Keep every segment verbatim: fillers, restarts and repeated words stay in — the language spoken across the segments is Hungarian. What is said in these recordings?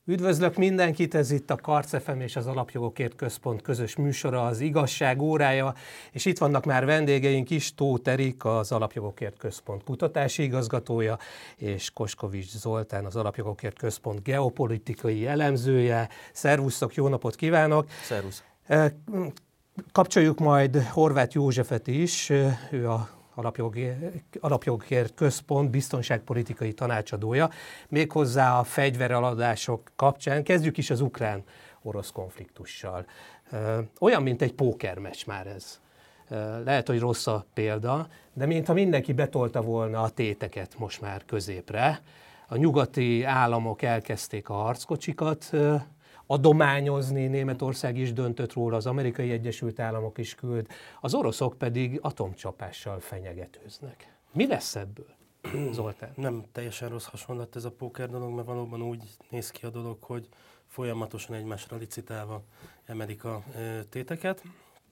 Üdvözlök mindenkit, ez itt a Karc ef em és az Alapjogokért Központ közös műsora, az Igazság órája, és itt vannak már vendégeink is, Tóth Erik, az Alapjogokért Központ kutatási igazgatója, és Koskovics Zoltán, az Alapjogokért Központ geopolitikai elemzője. Szervusztok, jó napot kívánok! Szervusz! Kapcsoljuk majd Horváth Józsefet is, ő a Alapjogokért Központ biztonságpolitikai tanácsadója, méghozzá a fegyvereladások kapcsán. Kezdjük is az ukrán-orosz konfliktussal. Olyan, mint egy pókermeccs már ez. Lehet, hogy rossz a példa, de mintha mindenki betolta volna a téteket most már középre. A nyugati államok elkezdték a harckocsikat adományozni, Németország is döntött róla, az Amerikai Egyesült Államok is küld, az oroszok pedig atomcsapással fenyegetőznek. Mi lesz ebből, Zoltán? Nem teljesen rossz hasonlat ez a póker dolog, mert valóban úgy néz ki a dolog, hogy folyamatosan egymásra licitálva emelik a e, téteket.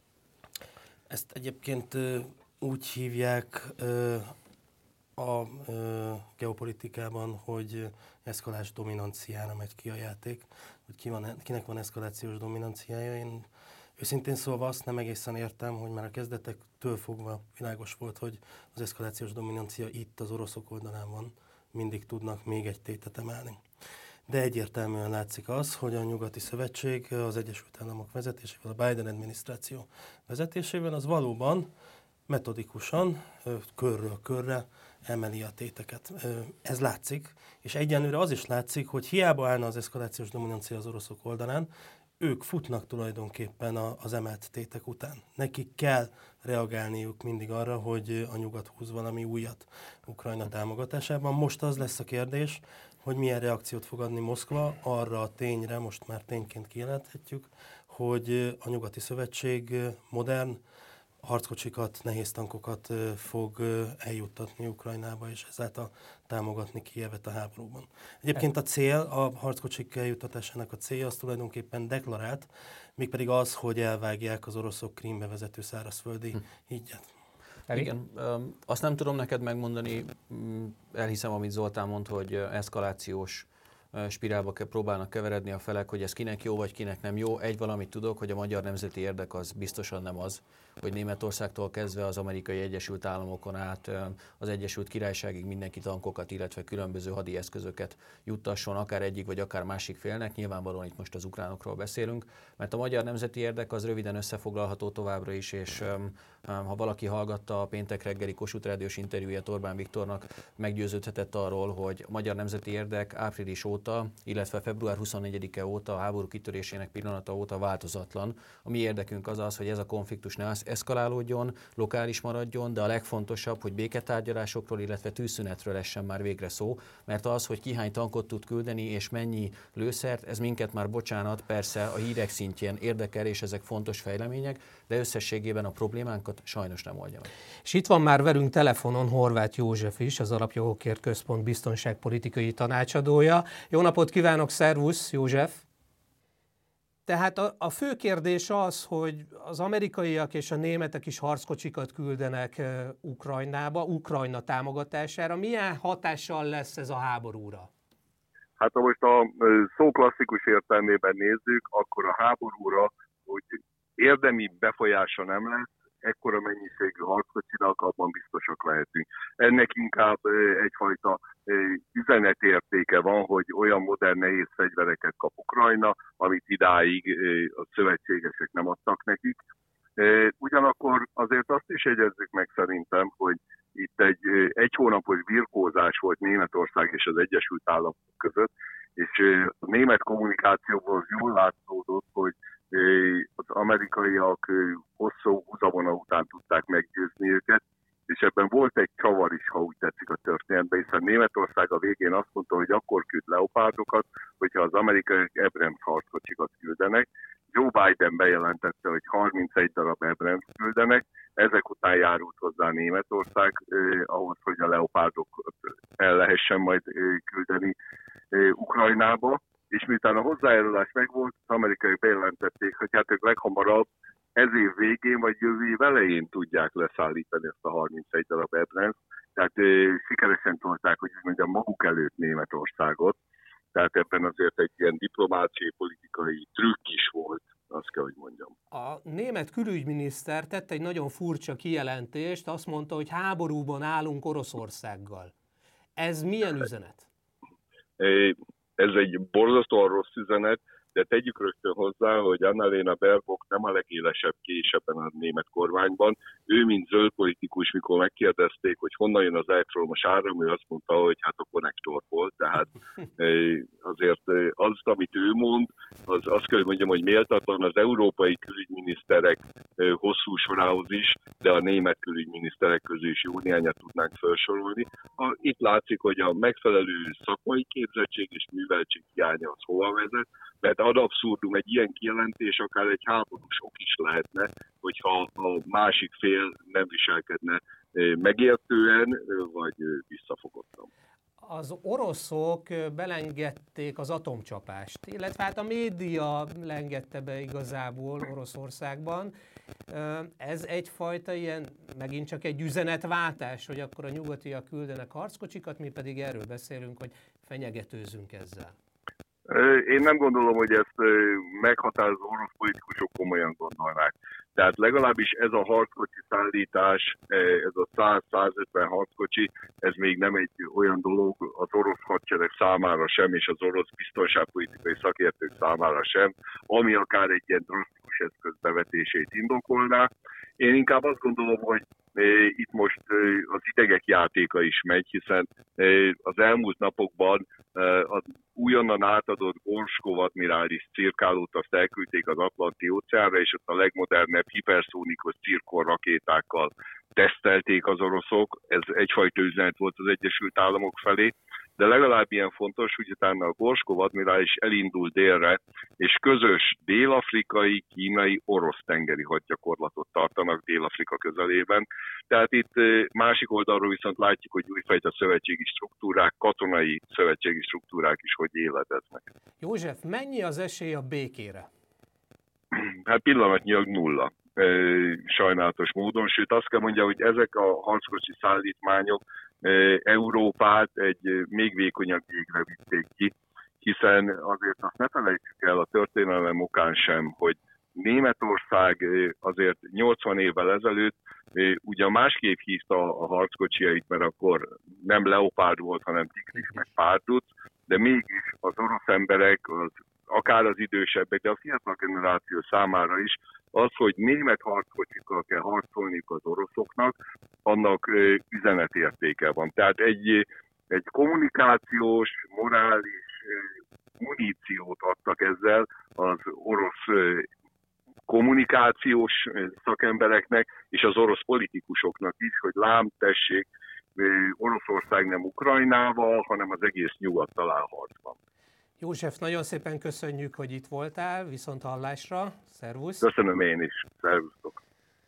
Ezt egyébként e, úgy hívják e, a e, geopolitikában, hogy eszkalás dominanciára megy ki a játék, hogy ki van, kinek van eszkalációs dominanciája. Én őszintén szólva azt nem egészen értem, hogy már a kezdetektől fogva világos volt, hogy az eszkalációs dominancia itt az oroszok oldalán van, mindig tudnak még egy tétet emelni. De egyértelműen látszik az, hogy a Nyugati Szövetség az Egyesült Államok vezetésével, a Biden adminisztráció vezetésével az valóban metodikusan, körről körre emeli a téteket. Ez látszik, és egyenlőre az is látszik, hogy hiába állna az eszkalációs dominancia az oroszok oldalán, ők futnak tulajdonképpen az emelt tétek után. Nekik kell reagálniuk mindig arra, hogy a nyugat húz valami újat Ukrajna támogatásában. Most az lesz a kérdés, hogy milyen reakciót fog adni Moszkva arra a tényre, most már tényként kijelenthetjük, hogy a Nyugati Szövetség modern harckocsikat, nehéz tankokat fog eljuttatni Ukrajnába, és ezáltal támogatni Kijevet a háborúban. Egyébként a cél, a harckocsik eljuttatásának a célja az tulajdonképpen deklarált, mégpedig az, hogy elvágják az oroszok Krímbe vezető szárazföldi hídját. Igen, azt nem tudom neked megmondani, elhiszem, amit Zoltán mond, hogy eszkalációs spirálba próbálnak keveredni a felek, hogy ez kinek jó, vagy kinek nem jó. Egy valamit tudok, hogy a magyar nemzeti érdek az biztosan nem az, hogy Németországtól kezdve az Amerikai Egyesült Államokon át az Egyesült Királyságig mindenki tankokat, illetve különböző hadi eszközöket juttasson, akár egyik vagy akár másik félnek. Nyilvánvalóan itt most az ukránokról beszélünk, mert a magyar nemzeti érdek az röviden összefoglalható továbbra is, és ha valaki hallgatta a péntek reggeli Kossuth Rádiós interjúját Orbán Viktornak, meggyőződhetett arról, hogy a magyar nemzeti érdek április óta, illetve február huszonnegyedike óta, a háború kitörésének pillanata óta változatlan. A mi érdekünk az az, hogy ez a konfliktus ne eszkalálódjon, lokális maradjon, de a legfontosabb, hogy béketárgyalásokról, illetve tűzszünetről essen már végre szó, mert az, hogy ki hány tankot tud küldeni és mennyi lőszert, ez minket már, bocsánat, persze a hírek szintjén érdekel, és ezek fontos fejlemények, de összességében a problémánkat sajnos nem oldja meg. És itt van már velünk telefonon Horváth József is, az Alapjogokért Központ biztonságpolitikai tanácsadója. Jó napot kívánok, szervusz, József! Tehát a, a fő kérdés az, hogy az amerikaiak és a németek is harckocsikat küldenek uh, Ukrajnába, Ukrajna támogatására. Milyen hatással lesz ez a háborúra? Hát ha most a szó klasszikus értelmében nézzük, akkor a háborúra, hogy érdemi befolyása nem lesz, ekkora mennyiségű harckocsinak, abban biztosak lehetünk. Ennek inkább egyfajta üzenetértéke van, hogy olyan modern nehéz fegyvereket kap Ukrajna, amit idáig a szövetségesek nem adtak nekik. Ugyanakkor azért azt is jegyezzük meg szerintem, hogy itt egy egy hónapos birkózás volt Németország és az Egyesült Államok között, és a német kommunikációból jól látszódott, hogy az amerikaiak hosszú húzavona után tudták meggyőzni őket, és ebben volt egy csavar is, ha úgy tetszik a történetben, hiszen Németország a végén azt mondta, hogy akkor küld leopárdokat, hogyha az amerikaiak Abrams harckocsikat küldenek. Joe Biden bejelentette, hogy harmincegy darab Abrams küldenek, ezek után járult hozzá Németország eh, ahhoz, hogy a leopárdokat el lehessen majd eh, küldeni eh, Ukrajnába. És miután a hozzájárulás megvolt, az amerikai bejelentették, hogy hát ők leghamarabb ez év végén vagy jövő év elején tudják leszállítani ezt a harmincegy darab Abrams. Tehát e, sikeresen tolták, hogy mondjam, maguk előtt Németországot. Tehát ebben azért egy ilyen diplomáciai, politikai trükk is volt, azt kell, hogy mondjam. A német külügyminiszter tett egy nagyon furcsa kijelentést, azt mondta, hogy háborúban állunk Oroszországgal. Ez milyen üzenet? Ez egy borzasztóan rossz üzenet, de tegyük rögtön hozzá, hogy Annalena Baerbock nem a legélesebb kés ebben a német kormányban. Ő, mint zöld politikus, mikor megkérdezték, hogy honnan jön az elektromos áram, ő azt mondta, hogy hát a konnektorból. Tehát azért az, amit ő mond, az azt kell, hogy mondjam, hogy méltatlan az európai külügyminiszterek hosszú sorához is, de a német külügyminiszterek közül is jó néhányat tudnánk felsorolni. Itt látszik, hogy a megfelelő szakmai képzettség és műveltség hiánya az hova vezet, mert ad abszurdum egy ilyen kijelentés akár egy háborús ok is lehetne, hogyha a másik fél nem viselkedne megértően, vagy visszafogottan. Az oroszok belengedték az atomcsapást, illetve hát a média lengedte be igazából Oroszországban. Ez egyfajta ilyen, megint csak egy üzenetváltás, hogy akkor a nyugatiak küldenek harckocsikat, mi pedig erről beszélünk, hogy fenyegetőzünk ezzel. Én nem gondolom, hogy ezt meghatározó orosz politikusok komolyan gondolnák. Tehát legalábbis ez a harckocsi szállítás, ez a száz-százötven harckocsi, ez még nem egy olyan dolog az orosz hadsereg számára sem, és az orosz biztonságpolitikai szakértők számára sem, ami akár egy ilyen drasztikus eszköz bevetését indokolná. Én inkább azt gondolom, hogy itt most az idegek játéka is megy, hiszen az elmúlt napokban az újonnan átadott Gorshkov admirális cirkálót azt elküldték az Atlanti óceánra, és ott a legmodernebb hiperszónikus cirkon rakétákkal tesztelték az oroszok. Ez egyfajta üzenet volt az Egyesült Államok felé, de legalább ilyen fontos, hogy utána a Gorshkov admirális elindul délre, és közös dél-afrikai, kínai, orosz tengeri hadgyakorlatot tartanak Dél-Afrika közelében. Tehát itt másik oldalról viszont látjuk, hogy újfajta szövetségi struktúrák, katonai szövetségi struktúrák is hogy éledeznek. József, mennyi az esély a békére? Hát pillanatnyilag nulla. Sajnálatos módon, sőt azt kell mondjam, hogy ezek a harckocsi szállítmányok Európát egy még vékonyabb jégre vitték ki, hiszen azért azt ne felejtsük el a történelem okán sem, hogy Németország azért nyolcvan évvel ezelőtt ugye másképp hívta a harckocsiait, mert akkor nem Leopard volt, hanem Tigris meg Pardus, de mégis az orosz emberek, az, akár az idősebbek, de a fiatal generáció számára is az, hogy német harckocsikkal kell harcolniuk az oroszoknak, annak üzenetértéke van. Tehát egy, egy kommunikációs, morális muníciót adtak ezzel az orosz kommunikációs szakembereknek, és az orosz politikusoknak is, hogy lám, tessék, Oroszország nem Ukrajnával, hanem az egész nyugattal áll harcban. József, nagyon szépen köszönjük, hogy itt voltál, viszont hallásra, szervusz! Köszönöm én is, szervusztok!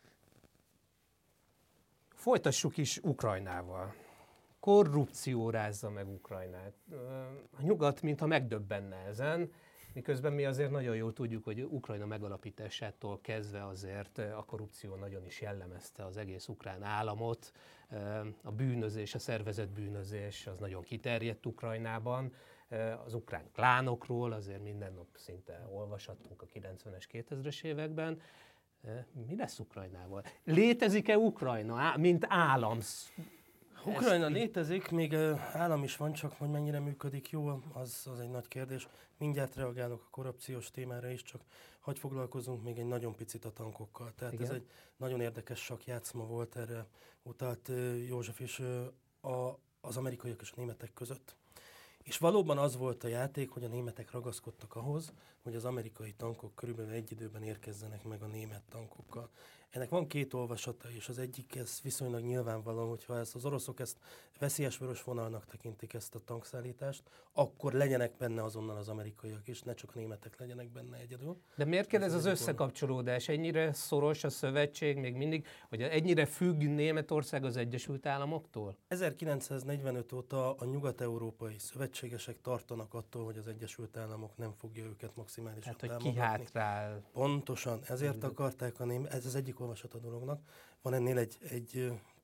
Folytassuk is Ukrajnával. Korrupció rázza meg Ukrajnát. A nyugat mintha megdöbbenne ezen, miközben mi azért nagyon jól tudjuk, hogy Ukrajna megalapításától kezdve azért a korrupció nagyon is jellemezte az egész ukrán államot. A bűnözés, a szervezett bűnözés az nagyon kiterjedt Ukrajnában. Az ukrán klánokról azért minden nap szinte olvashattunk a kilencvenes, kétezres években. Mi lesz Ukrajnával? Létezik-e Ukrajna, mint állam? Ukrajna létezik, még állam is van, csak hogy mennyire működik jól, az, az egy nagy kérdés. Mindjárt reagálok a korrupciós témára is, csak hadd foglalkozunk még egy nagyon picit a tankokkal. Tehát igen. Ez egy nagyon érdekes sakkjátszma volt, erre utalt József is a, az amerikaiak és a németek között. És valóban az volt a játék, hogy a németek ragaszkodtak ahhoz, hogy az amerikai tankok körülbelül egy időben érkezzenek meg a német tankokkal. Ennek van két olvasata, és az egyik ez viszonylag nyilvánvaló, hogyha ezt az oroszok ezt veszélyes vörös vonalnak tekintik ezt a tankszállítást, akkor legyenek benne azonnal az amerikaiak is, ne csak a németek legyenek benne egyedül. De miért kell ez az összekapcsolódás? Ennyire szoros a szövetség még mindig, hogy ennyire függ Németország az Egyesült Államoktól? ezerkilencszáznegyvenöt óta a nyugat-európai szövetségesek tartanak attól, hogy az Egyesült Államok nem fogja őket maximálisan támogatni. Hát, hogy kihátrál. Pontosan, ezért akarták a német, ez az egyik olvasat a dolognak. Van ennél egy, egy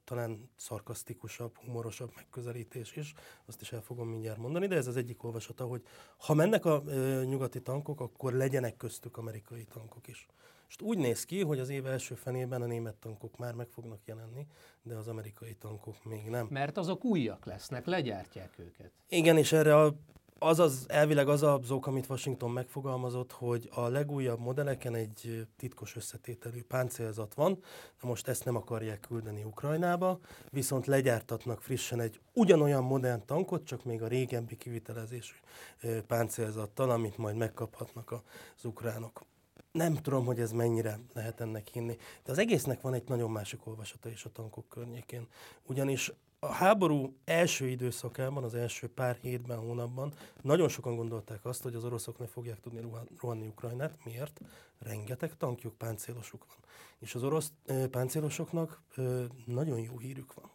talán szarkasztikusabb, humorosabb megközelítés is, azt is el fogom mindjárt mondani, de ez az egyik olvasata, hogy ha mennek a ö, nyugati tankok, akkor legyenek köztük amerikai tankok is. És úgy néz ki, hogy az év első fenében a német tankok már meg fognak jelenni, de az amerikai tankok még nem. Mert azok újak lesznek, legyártják őket. Igen, és erre a Az az elvileg az az ok, amit Washington megfogalmazott, hogy a legújabb modelleken egy titkos összetételű páncélzat van, de most ezt nem akarják küldeni Ukrajnába, viszont legyártatnak frissen egy ugyanolyan modern tankot, csak még a régebbi kivitelezésű páncélzattal, amit majd megkaphatnak az ukránok. Nem tudom, hogy ez mennyire lehet ennek hinni, de az egésznek van egy nagyon másik olvasata is a tankok környékén. Ugyanis a háború első időszakában, az első pár hétben, hónapban nagyon sokan gondolták azt, hogy az oroszok ne fogják tudni rohanni Ukrajnát. Miért? Rengeteg tankjuk, páncélosuk van. És az orosz ö, páncélosoknak ö, nagyon jó hírük van.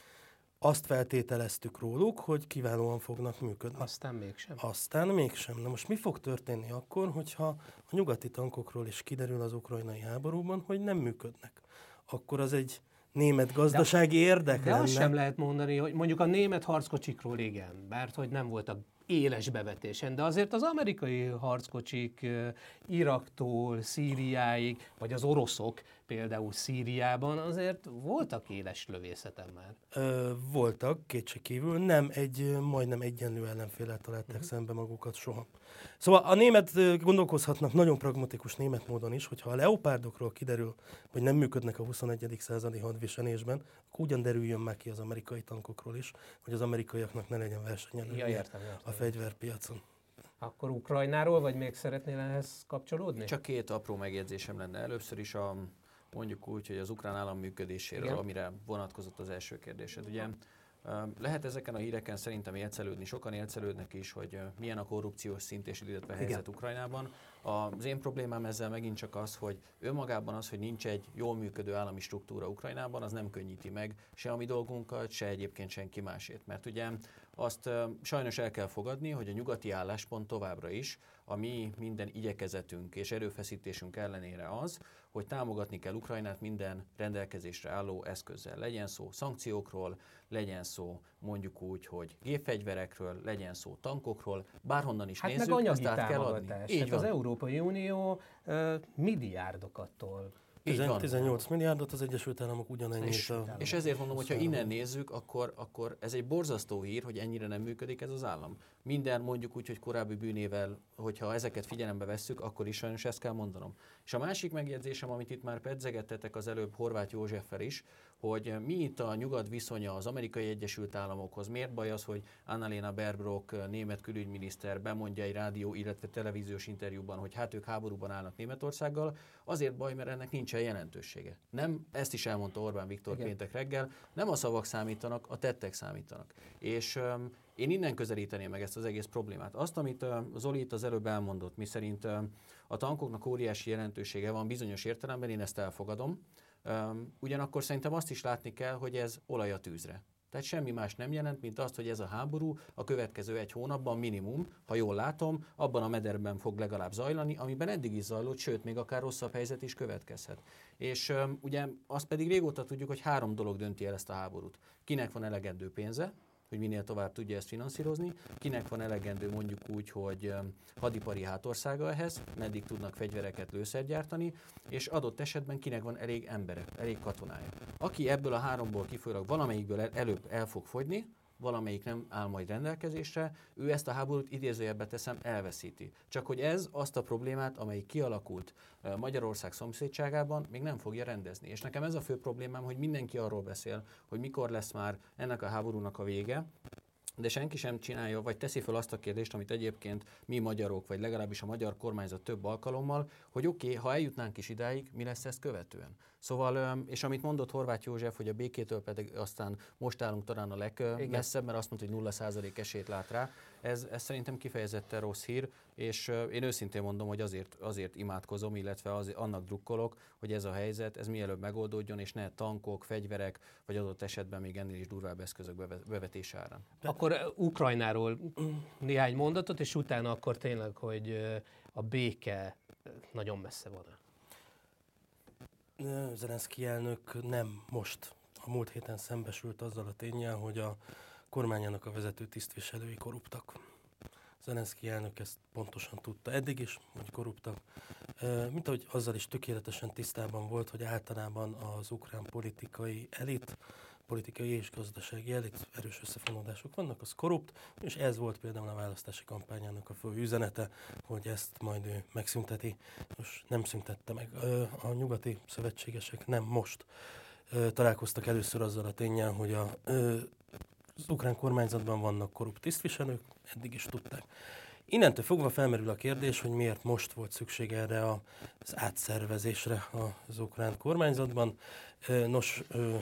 Azt feltételeztük róluk, hogy kiválóan fognak működni. Aztán mégsem. Aztán mégsem. Na most mi fog történni akkor, hogyha a nyugati tankokról is kiderül az ukrajnai háborúban, hogy nem működnek? Akkor az egy német gazdasági de, érdek de lenne. azt sem lehet mondani, hogy mondjuk a német harckocsikról igen, mert hogy nem voltak éles bevetésen, de azért az amerikai harckocsik Iraktól Szíriáig, vagy az oroszok például Szíriában azért voltak éles lövészeten már. Ö, voltak, kétségkívül, nem egy majdnem egyenlő ellenféllel találták uh-huh. szembe magukat soha. Szóval a német gondolkozhatnak nagyon pragmatikus német módon is, hogyha a leopárdokról kiderül, hogy nem működnek a huszonegyedik századi hadviselésben, akkor ugyan derüljön már ki az amerikai tankokról is, hogy az amerikaiaknak ne legyen versenyelőnye ja, értem, értem. a fegyverpiacon. Akkor Ukrajnáról, vagy még szeretnél ehhez kapcsolódni? Csak két apró megjegyzésem lenne. Először is a, mondjuk úgy, hogy az ukrán állam működéséről, igen, amire vonatkozott az első kérdésed. Ugye lehet ezeken a híreken szerintem élcelődni, sokan élcelődnek is, hogy milyen a korrupciós szint és illetve a helyzet Ukrajnában. Az én problémám ezzel megint csak az, hogy önmagában az, hogy nincs egy jól működő állami struktúra Ukrajnában, az nem könnyíti meg se a mi dolgunkat, se egyébként senki másét. Mert ugye azt sajnos el kell fogadni, hogy a nyugati álláspont továbbra is a mi minden igyekezetünk és erőfeszítésünk ellenére az, hogy támogatni kell Ukrajnát minden rendelkezésre álló eszközzel. Legyen szó szankciókról, legyen szó mondjuk úgy, hogy gépfegyverekről, legyen szó tankokról, bárhonnan is hát nézzük, meg azt át kell adni. Így hát van. Az Európai Unió uh, milliárdokat tol. tizennyolc milliárdot, az Egyesült Államok ugyanennyit. És, a, és ezért mondom, hogy ha innen nézzük, akkor, akkor ez egy borzasztó hír, hogy ennyire nem működik ez az állam. Minden mondjuk úgy, hogy korábbi bűnével, hogyha ezeket figyelembe vesszük, akkor is sajnos ezt kell mondanom. És a másik megjegyzésem, amit itt már pedzegettetek az előbb Horváth Józseffel is, hogy mi itt a nyugat viszonya az Amerikai Egyesült Államokhoz. Miért baj az, hogy Annalena Baerbock, német külügyminiszter bemondja egy rádió, illetve televíziós interjúban, hogy hát ők háborúban állnak Németországgal? Azért baj, mert ennek nincsen jelentősége. Nem, ezt is elmondta Orbán Viktor Igen. péntek reggel, nem a szavak számítanak, a tettek számítanak. És um, én innen közelíteném meg ezt az egész problémát. Azt, amit uh, Zoli itt az előbb elmondott, miszerint uh, a tankoknak óriási jelentősége van bizonyos értelemben, én ezt elfogadom. Um, ugyanakkor szerintem azt is látni kell, hogy ez olaj a tűzre. Tehát semmi más nem jelent, mint azt, hogy ez a háború a következő egy hónapban minimum, ha jól látom, abban a mederben fog legalább zajlani, amiben eddig is zajlott, sőt, még akár rosszabb helyzet is következhet. És um, ugye azt pedig régóta tudjuk, hogy három dolog dönti el ezt a háborút. Kinek van elegendő pénze, hogy minél tovább tudja ezt finanszírozni, kinek van elegendő mondjuk úgy, hogy hadipari hátországa ehhez, meddig tudnak fegyvereket, lőszert gyártani, és adott esetben kinek van elég embere, elég katonája. Aki ebből a háromból kifolyólag valamelyikből előbb el fog fogyni, valamelyik nem áll majd rendelkezésre, ő ezt a háborút idézőjelbe teszem elveszíti. Csak hogy ez azt a problémát, amelyik kialakult Magyarország szomszédságában, még nem fogja rendezni. És nekem ez a fő problémám, hogy mindenki arról beszél, hogy mikor lesz már ennek a háborúnak a vége, de senki sem csinálja, vagy teszi fel azt a kérdést, amit egyébként mi magyarok, vagy legalábbis a magyar kormányzat több alkalommal, hogy oké, okay, ha eljutnánk is idáig, mi lesz ezt követően? Szóval, és amit mondott Horváth József, hogy a békétől pedig aztán most állunk talán a legmesszebb, mert azt mondta, hogy nulla százalék esélyt lát rá, ez, ez szerintem kifejezetten rossz hír, és én őszintén mondom, hogy azért, azért imádkozom, illetve az, annak drukkolok, hogy ez a helyzet, ez mielőbb megoldódjon, és ne tankok, fegyverek, vagy adott esetben még ennél is durvább eszközök bevetése árán. Akkor Ukrajnáról néhány mondatot, és utána akkor tényleg, hogy a béke nagyon messze van. Zelenszky elnök nem most a múlt héten szembesült azzal a ténnyel, hogy a kormányának a vezető tisztviselői korruptak. Zelenszky elnök ezt pontosan tudta eddig is, hogy korruptak. Mint ahogy azzal is tökéletesen tisztában volt, hogy általában az ukrán politikai elit, politikai és gazdasági elit, erős összefonódások vannak, az korrupt, és ez volt például a választási kampányának a fő üzenete, hogy ezt majd ő megszünteti. Most nem szüntette meg. A nyugati szövetségesek nem most találkoztak először azzal a ténnyel, hogy a, az ukrán kormányzatban vannak korrupt tisztviselők, eddig is tudták. Innentől fogva felmerül a kérdés, hogy miért most volt szükség erre az átszervezésre az ukrán kormányzatban. Nos,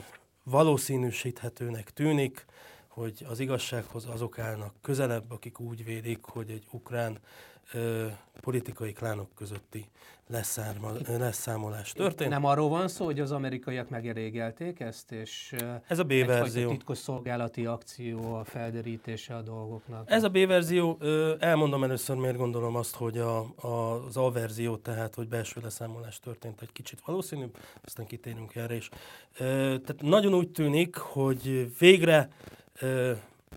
valószínűsíthetőnek tűnik, hogy az igazsághoz azok állnak közelebb, akik úgy vélik, hogy egy ukrán ö, politikai klánok közötti leszárma, leszámolás történt. Nem arról van szó, hogy az amerikaiak megelégelték ezt, és ez a B-verzió. titkos szolgálati akció, a felderítése a dolgoknak. Ez a B-verzió, ö, elmondom először, miért gondolom azt, hogy a, a, az A-verzió, tehát hogy belső leszámolás történt, egy kicsit valószínűbb, aztán kitérünk erre is. Ö, tehát nagyon úgy tűnik, hogy végre ö,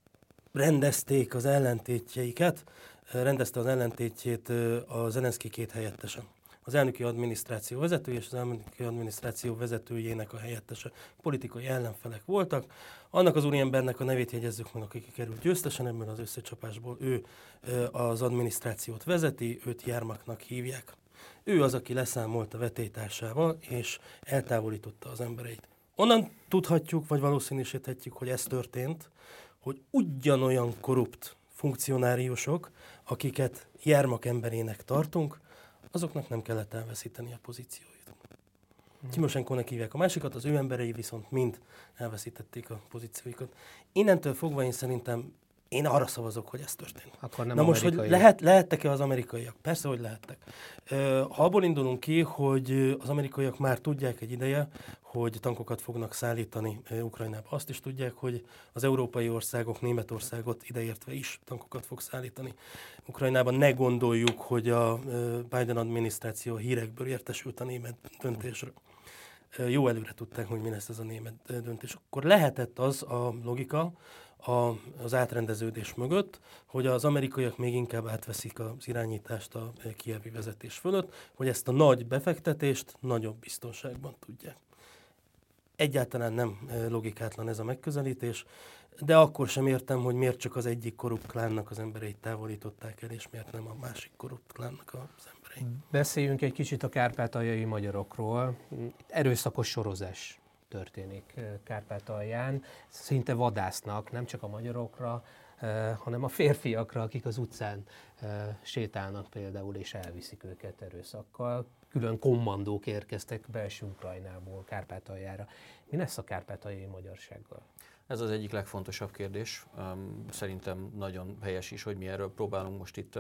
rendezték az ellentétjeiket, rendezte az ellentétjét a Zelenszky két helyettesen. Az elnöki adminisztráció vezetője és az elnöki adminisztráció vezetőjének a helyettese politikai ellenfelek voltak. Annak az úriembernek a nevét jegyezzük meg, aki került győztesen ebből az összecsapásból. Ő az adminisztrációt vezeti, őt Jermaknak hívják. Ő az, aki leszámolt a vetélytársával, és eltávolította az embereit. Onnan tudhatjuk, vagy valószínűsíthetjük, hogy ez történt, hogy ugyanolyan korrupt funkcionáriusok, akiket Jermak emberének tartunk, azoknak nem kellett elveszíteni a pozícióit. Hmm. Timosenkónak hívják a másikat, az ő emberei viszont mind elveszítették a pozícióikat. Innentől fogva én szerintem én arra szavazok, hogy ez történt. Akkor nem Na most, hogy lehet, lehettek-e az amerikaiak? Persze, hogy lehettek. Ha abból indulunk ki, hogy az amerikaiak már tudják egy ideje, hogy tankokat fognak szállítani Ukrajnába. Azt is tudják, hogy az európai országok, Németországot ideértve is tankokat fog szállítani Ukrajnában. Ne gondoljuk, hogy a Biden adminisztráció hírekből értesült a német döntésről. Jó előre tudták, hogy mi lesz ez a német döntés. Akkor lehetett az a logika, A, az átrendeződés mögött, hogy az amerikaiak még inkább átveszik az irányítást a kijevi vezetés fölött, hogy ezt a nagy befektetést nagyobb biztonságban tudják. Egyáltalán nem logikátlan ez a megközelítés, de akkor sem értem, hogy miért csak az egyik korrupt klánnak az embereit távolították el, és miért nem a másik korrupt klánnak az embereit. Beszéljünk egy kicsit a kárpátaljai magyarokról. Erőszakos sorozás történik Kárpátalján. Szinte vadásznak nem csak a magyarokra, hanem a férfiakra, akik az utcán sétálnak például, és elviszik őket erőszakkal. Külön kommandók érkeztek belső Ukrajnából Kárpátaljára. Mi lesz a kárpátaljai magyarsággal? Ez az egyik legfontosabb kérdés. Szerintem nagyon helyes is, hogy mi erről próbálunk most itt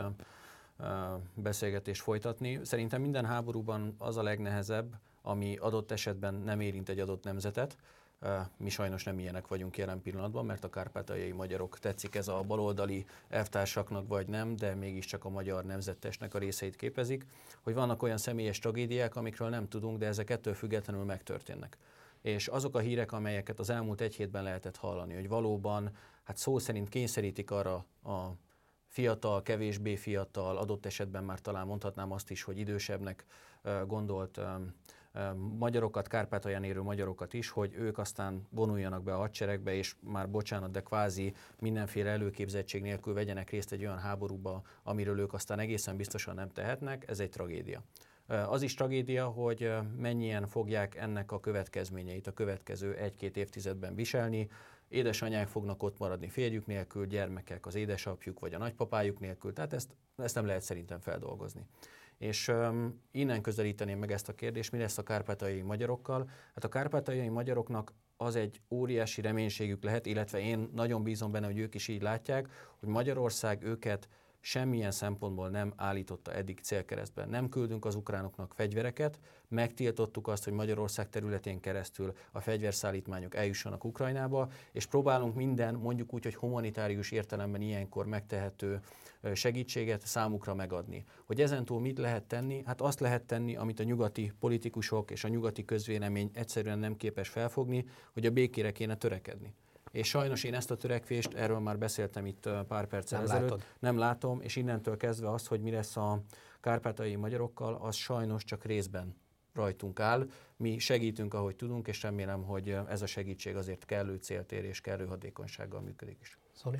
beszélgetést folytatni. Szerintem minden háborúban az a legnehezebb, ami adott esetben nem érint egy adott nemzetet. Mi sajnos nem ilyenek vagyunk jelen pillanatban, mert a kárpátaljai magyarok, tetszik ez a baloldali elvtársaknak vagy nem, de mégiscsak a magyar nemzettestnek a részeit képezik, hogy vannak olyan személyes tragédiák, amikről nem tudunk, de ezek ettől függetlenül megtörténnek. És azok a hírek, amelyeket az elmúlt egy hétben lehetett hallani, hogy valóban hát szó szerint kényszerítik arra a fiatal, kevésbé fiatal, adott esetben már talán mondhatnám azt is, hogy idősebbnek gondolt magyarokat, Kárpátalján élő magyarokat is, hogy ők aztán vonuljanak be a hadseregbe, és már bocsánat, de kvázi mindenféle előképzettség nélkül vegyenek részt egy olyan háborúba, amiről ők aztán egészen biztosan nem tehetnek, ez egy tragédia. Az is tragédia, hogy mennyien fogják ennek a következményeit a következő egy-két évtizedben viselni. Édesanyák fognak ott maradni férjük nélkül, gyermekek az édesapjuk vagy a nagypapájuk nélkül, tehát ezt, ezt nem lehet szerintem feldolgozni. És um, innen közelíteném meg ezt a kérdést, mi lesz a kárpátaljai magyarokkal. Hát a kárpátaljai magyaroknak az egy óriási reménységük lehet, illetve én nagyon bízom benne, hogy ők is így látják, hogy Magyarország őket semmilyen szempontból nem állította eddig célkeresztben. Nem küldünk az ukránoknak fegyvereket, megtiltottuk azt, hogy Magyarország területén keresztül a fegyverszállítmányok eljussanak Ukrajnába, és próbálunk minden, mondjuk úgy, hogy humanitárius értelemben ilyenkor megtehető segítséget számukra megadni. Hogy ezentúl mit lehet tenni? Hát azt lehet tenni, amit a nyugati politikusok és a nyugati közvélemény egyszerűen nem képes felfogni, hogy a békére kéne törekedni. És sajnos én ezt a törekvést, erről már beszéltem itt pár perccel nem ezelőtt, látod. nem látom, és innentől kezdve az, hogy mi lesz a kárpátaljai magyarokkal, az sajnos csak részben rajtunk áll. Mi segítünk, ahogy tudunk, és remélem, hogy ez a segítség azért kellő célt ér és kellő hatékonysággal működik is. Szóli?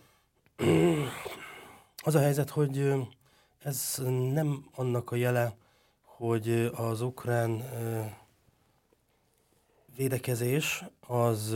Az a helyzet, hogy ez nem annak a jele, hogy az ukrán védekezés az,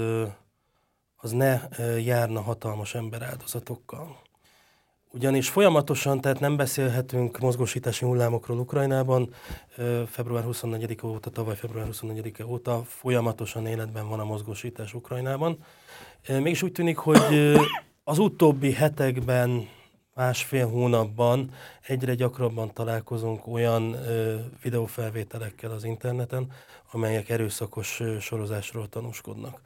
az ne járna hatalmas emberáldozatokkal. Ugyanis folyamatosan, tehát nem beszélhetünk mozgósítási hullámokról Ukrajnában, február huszonnegyedike óta, tavaly február huszonnegyedike óta folyamatosan életben van a mozgósítás Ukrajnában. Mégis úgy tűnik, hogy az utóbbi hetekben, másfél hónapban egyre gyakrabban találkozunk olyan ö, videófelvételekkel az interneten, amelyek erőszakos ö, sorozásról tanúskodnak.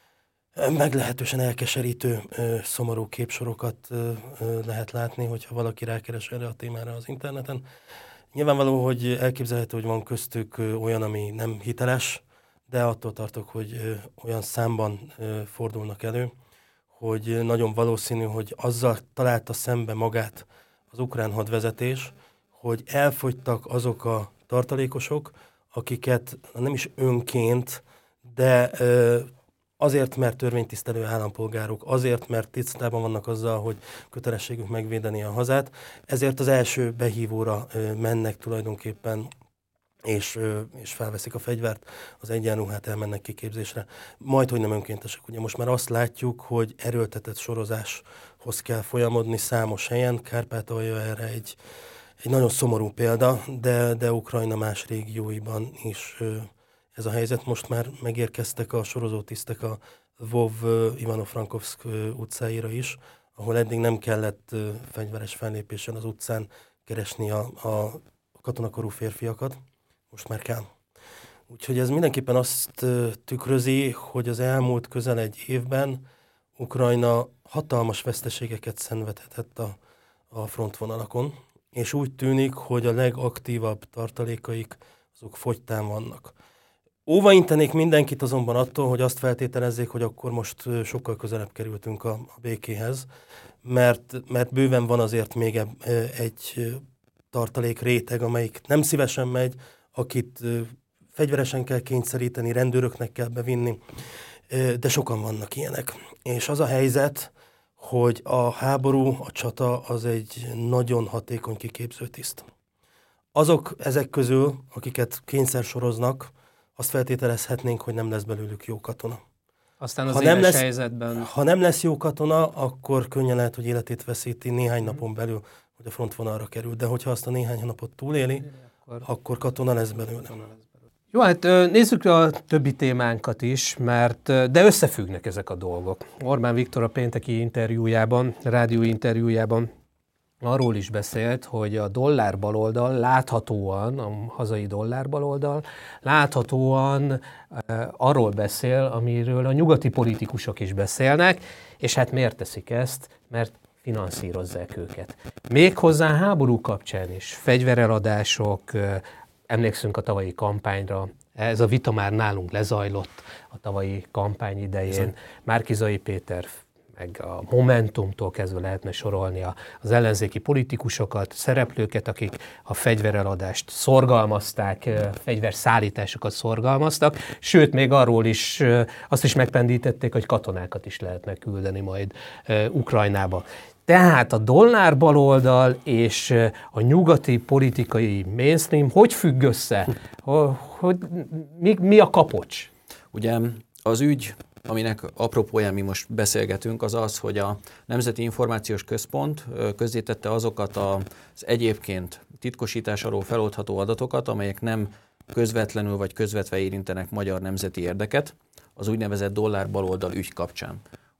Meglehetősen elkeserítő, ö, szomorú képsorokat ö, ö, lehet látni, hogyha valaki rákeres erre a témára az interneten. Nyilvánvaló, hogy elképzelhető, hogy van köztük ö, olyan, ami nem hiteles, de attól tartok, hogy ö, olyan számban ö, fordulnak elő, hogy nagyon valószínű, hogy azzal találta szembe magát az ukrán hadvezetés, hogy elfogytak azok a tartalékosok, akiket nem is önként, de ö, azért, mert törvénytisztelő állampolgárok, azért, mert tisztában vannak azzal, hogy kötelességük megvédeni a hazát, ezért az első behívóra ö, mennek tulajdonképpen, és, és felveszik a fegyvert, az egyenruhát, elmennek kiképzésre. Majd, hogy nem önkéntesek. Ugye most már azt látjuk, hogy erőltetett sorozáshoz kell folyamodni számos helyen. Kárpátalja erre egy, egy nagyon szomorú példa, de, de Ukrajna más régióiban is ez a helyzet. Most már megérkeztek a sorozótisztek a Lvov Ivano-Frankovszk utcáira is, ahol eddig nem kellett fegyveres fellépésen az utcán keresni a, a katonakorú férfiakat. Most már kell. Úgyhogy ez mindenképpen azt tükrözi, hogy az elmúlt közel egy évben Ukrajna hatalmas veszteségeket szenvedhetett a, a frontvonalakon, és úgy tűnik, hogy a legaktívabb tartalékaik azok fogytán vannak. Óvaintenék mindenkit azonban attól, hogy azt feltételezzék, hogy akkor most sokkal közelebb kerültünk a, a békéhez, mert, mert bőven van azért még egy tartalék réteg, amelyik nem szívesen megy, akit fegyveresen kell kényszeríteni, rendőröknek kell bevinni, de sokan vannak ilyenek. És az a helyzet, hogy a háború, a csata az egy nagyon hatékony kiképző tiszt. Azok ezek közül, akiket kényszer soroznak, azt feltételezhetnénk, hogy nem lesz belőlük jó katona. Aztán az ha nem lesz, helyzetben... Ha nem lesz jó katona, akkor könnyen lehet, hogy életét veszíti néhány napon belül, hogy a frontvonalra kerül. De hogyha azt a néhány napot túléli, akkor, akkor katona lesz belőle. Jó, hát nézzük a többi témánkat is, mert de összefüggnek ezek a dolgok. Orbán Viktor a pénteki interjújában, rádió interjújában arról is beszélt, hogy a dollár baloldal láthatóan, a hazai dollár baloldal láthatóan e, arról beszél, amiről a nyugati politikusok is beszélnek, és hát miért teszik ezt? Mert finanszírozzák őket. Méghozzá háború kapcsán is, fegyvereladások, e, emlékszünk a tavalyi kampányra, ez a vita már nálunk lezajlott a tavalyi kampány idején. Márki-Zay Péter, meg a Momentumtól kezdve lehetne sorolni az ellenzéki politikusokat, szereplőket, akik a fegyvereladást szorgalmazták, fegyverszállításokat szorgalmaztak, sőt, még arról is azt is megpendítették, hogy katonákat is lehetne küldeni majd Ukrajnába. Tehát a dollár baloldal és a nyugati politikai mainstream hogy függ össze? Hogy, mi, mi a kapocs? Ugye az ügy, aminek apropóján mi most beszélgetünk, az az, hogy a Nemzeti Információs Központ közzétette azokat az egyébként titkosítás alól feloldható adatokat, amelyek nem közvetlenül vagy közvetve érintenek magyar nemzeti érdeket, az úgynevezett dollár baloldal ügy kapcsán.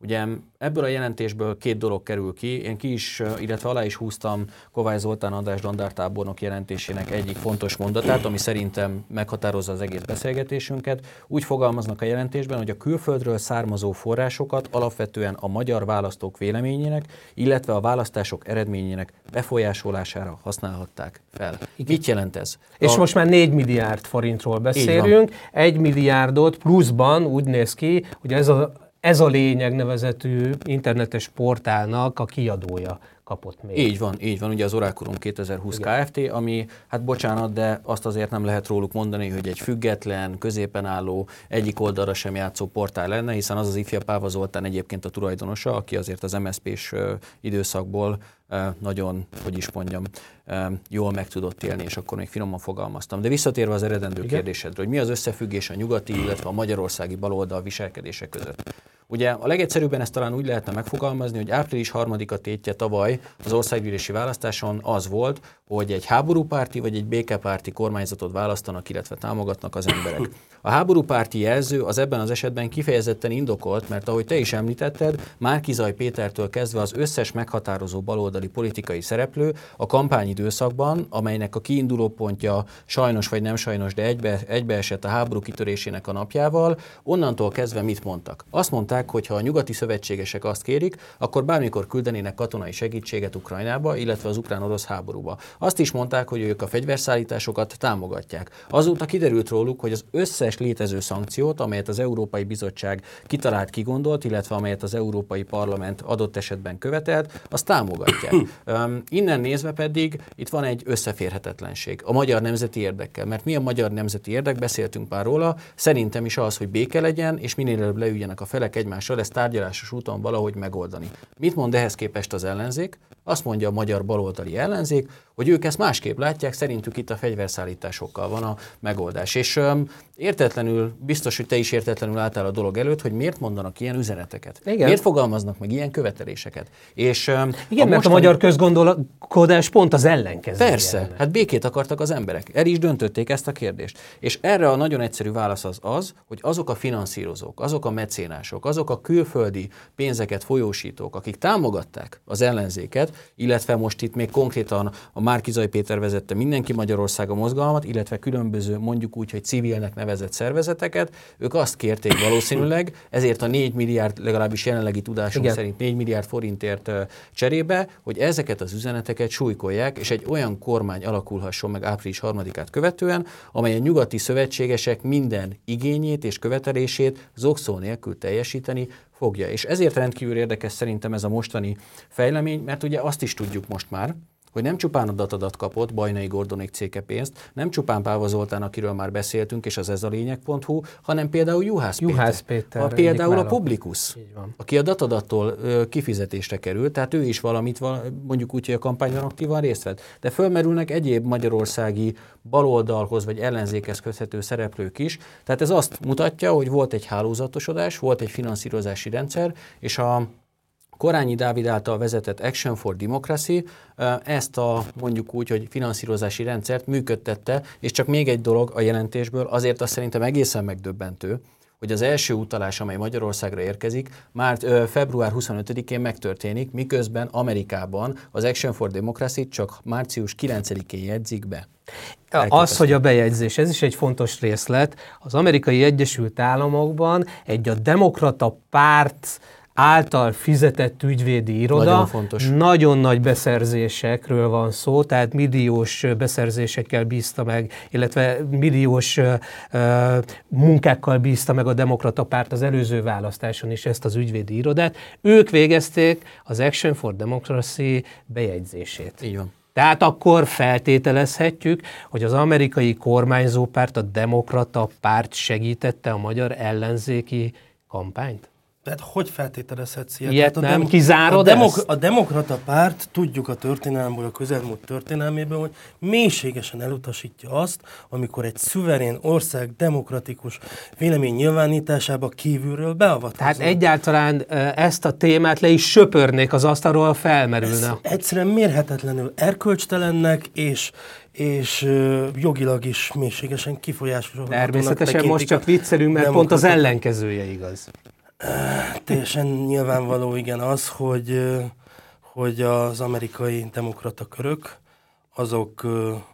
Ugye ebből a jelentésből két dolog kerül ki, én ki is, illetve alá is húztam Kovács Zoltán András dandártábornok jelentésének egyik fontos mondatát, ami szerintem meghatározza az egész beszélgetésünket. Úgy fogalmaznak a jelentésben, hogy a külföldről származó forrásokat alapvetően a magyar választók véleményének, illetve a választások eredményének befolyásolására használhatták fel. Mit jelent ez? És a... most már négy milliárd forintról beszélünk, egy milliárdot pluszban úgy néz ki, hogy ez a Ez a Lényeg nevezetű internetes portálnak a kiadója kapott még. Így van, így van, ugye az Orákulum kétezer-húsz Igen. Kft., ami, hát bocsánat, de azt azért nem lehet róluk mondani, hogy egy független, középen álló, egyik oldalra sem játszó portál lenne, hiszen az az ifja Páva Zoltán egyébként a tulajdonosa, aki azért az em es zé pés időszakból nagyon, hogy is mondjam, jól meg tudott élni, és akkor még finoman fogalmaztam. De visszatérve az eredendő Igen. kérdésedre, hogy mi az összefüggés a nyugati, illetve a magyarországi baloldal viselkedése között. Ugye a legegyszerűbben ezt talán úgy lehetne megfogalmazni, hogy április harmadika tétje tavaly az országgyűlési választáson az volt, hogy egy háborúpárti vagy egy békepárti kormányzatot választanak, illetve támogatnak az emberek. A háborúpárti jelző az ebben az esetben kifejezetten indokolt, mert ahogy te is említetted, Márki-Zay Pétertől kezdve az összes meghatározó baloldali politikai szereplő a kampányidőszakban, amelynek a kiinduló pontja sajnos vagy nem sajnos, de egybe, egybeesett a háború kitörésének a napjával, onnantól kezdve mit mondtak? Azt mondták, hogy ha a nyugati szövetségesek azt kérik, akkor bármikor küldenének katonai segítséget Ukrajnába, illetve az ukrán-orosz háborúba. Azt is mondták, hogy ők a fegyverszállításokat támogatják. Azóta kiderült róluk, hogy az összes létező szankciót, amelyet az Európai Bizottság kitalált, kigondolt, illetve amelyet az Európai Parlament adott esetben követelt, azt támogatják. um, innen nézve pedig itt van egy összeférhetetlenség a magyar nemzeti érdekkel, mert mi a magyar nemzeti érdek, beszéltünk már róla, szerintem is az, hogy béke legyen, és minél előbb leüljenek a felek egymással, ezt tárgyalásos úton valahogy megoldani. Mit mond ehhez képest az ellenzék? Azt mondja a magyar baloldali ellenzék, hogy ők ezt másképp látják, szerintük itt a fegyverszállításokkal van a megoldás. És um, értetlenül, biztos, hogy te is értetlenül álltál a dolog előtt, hogy miért mondanak ilyen üzeneteket. Igen. Miért fogalmaznak meg ilyen követeléseket. És, um, Igen, a mert mostani... a magyar közgondolkodás pont az ellenkező. Persze, jelent. Hát békét akartak az emberek. El is döntötték ezt a kérdést. És erre a nagyon egyszerű válasz az az, hogy azok a finanszírozók, azok a mecénások, azok a külföldi pénzeket folyósítók, akik támogatták az ellenzéket, illetve most itt még konkrétan a Márki-Zay Péter vezette Mindenki Magyarország a mozgalmat, illetve különböző, mondjuk úgy, hogy civilnek nevezett szervezeteket, ők azt kérték valószínűleg, ezért a négy milliárd, legalábbis jelenlegi tudásunk Igen. szerint négy milliárd forintért cserébe, hogy ezeket az üzeneteket súlykolják, és egy olyan kormány alakulhasson meg április harmadikát követően, amely a nyugati szövetségesek minden igényét és követelését zokszó nélkül teljesíteni fogja. És ezért rendkívül érdekes szerintem ez a mostani fejlemény, mert ugye azt is tudjuk most már, hogy nem csupán a Datadat kapott Bajnai Gordonék cégpénzt, nem csupán Páva Zoltán, akiről már beszéltünk, és az ez a lényeg pont hú, hanem például Juhász Péter. Juhász Péter. Ha például a Publikus, aki a Datadattól ö, kifizetésre került, tehát ő is valamit, mondjuk úgy, hogy a kampányban aktívan részt vett. De fölmerülnek egyéb magyarországi baloldalhoz vagy ellenzékhez köthető szereplők is. Tehát ez azt mutatja, hogy volt egy hálózatosodás, volt egy finanszírozási rendszer, és a Korányi Dávid által vezetett Action for Democracy ezt a mondjuk úgy, hogy finanszírozási rendszert működtette, és csak még egy dolog a jelentésből, azért azt szerintem egészen megdöbbentő, hogy az első utalás, amely Magyarországra érkezik, már február huszonötödikén megtörténik, miközben Amerikában az Action for Democracy csak március kilencedikén jegyzik be. Az, hogy a bejegyzés, ez is egy fontos részlet. Az Amerikai Egyesült Államokban egy a demokrata párt által fizetett ügyvédi iroda, nagyon fontos. Nagyon nagy beszerzésekről van szó, tehát milliós beszerzésekkel bízta meg, illetve milliós uh, munkákkal bízta meg a demokrata párt az előző választáson is ezt az ügyvédi irodát. Ők végezték az Action for Democracy bejegyzését. Így van. Tehát akkor feltételezhetjük, hogy az amerikai kormányzópárt, a demokrata párt segítette a magyar ellenzéki kampányt? Tehát hogy feltételezhetsz ilyet? Ilyet hát nem dem- kizárod a, demok- ezt? a demokrata párt, tudjuk a történelmből, a közelmúlt történelméből, hogy mélységesen elutasítja azt, amikor egy szuverén ország demokratikus vélemény nyilvánításába kívülről beavatkoznak. Tehát egyáltalán ezt a témát le is söpörnék az asztalról, felmerülne. Ez egyszerűen mérhetetlenül erkölcstelennek és és uh, jogilag is mélységesen kifolyásolható. Természetesen most csak viccelünk, mert pont az ellenkezője igaz. Teljesen nyilvánvaló, igen, az, hogy, hogy az amerikai demokrata körök, azok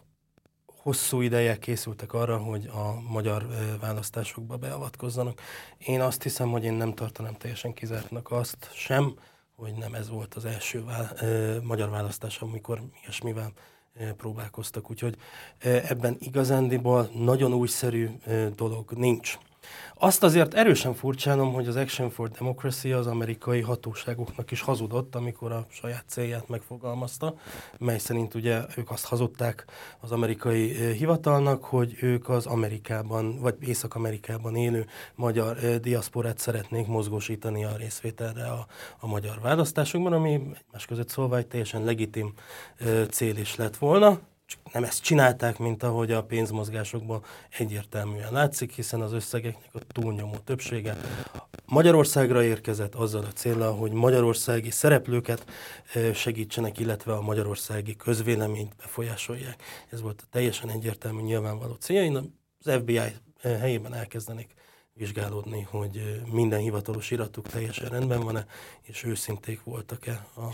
hosszú ideje készültek arra, hogy a magyar választásokba beavatkozzanak. Én azt hiszem, hogy én nem tartanám teljesen kizártnak azt sem, hogy nem ez volt az első vá- magyar választás, amikor ilyesmivel próbálkoztak. Úgyhogy ebben igazándiból nagyon újszerű dolog nincs. Azt azért erősen furcsálom, hogy az Action for Democracy az amerikai hatóságoknak is hazudott, amikor a saját célját megfogalmazta, mely szerint ugye ők azt hazudták az amerikai hivatalnak, hogy ők az Amerikában, vagy Észak-Amerikában élő magyar diaszporát szeretnék mozgósítani a részvételre a, a magyar választásokban, ami egymás között szólva egy teljesen legitim cél is lett volna. Csak nem ezt csinálták, mint ahogy a pénzmozgásokban egyértelműen látszik, hiszen az összegeknek a túlnyomó többsége Magyarországra érkezett azzal a céllal, hogy magyarországi szereplőket segítsenek, illetve a magyarországi közvéleményt befolyásolják. Ez volt a teljesen egyértelmű, nyilvánvaló célja. Én az ef bé i helyében elkezdenék vizsgálódni, hogy minden hivatalos iratuk teljesen rendben van-e, és őszinték voltak-e. A...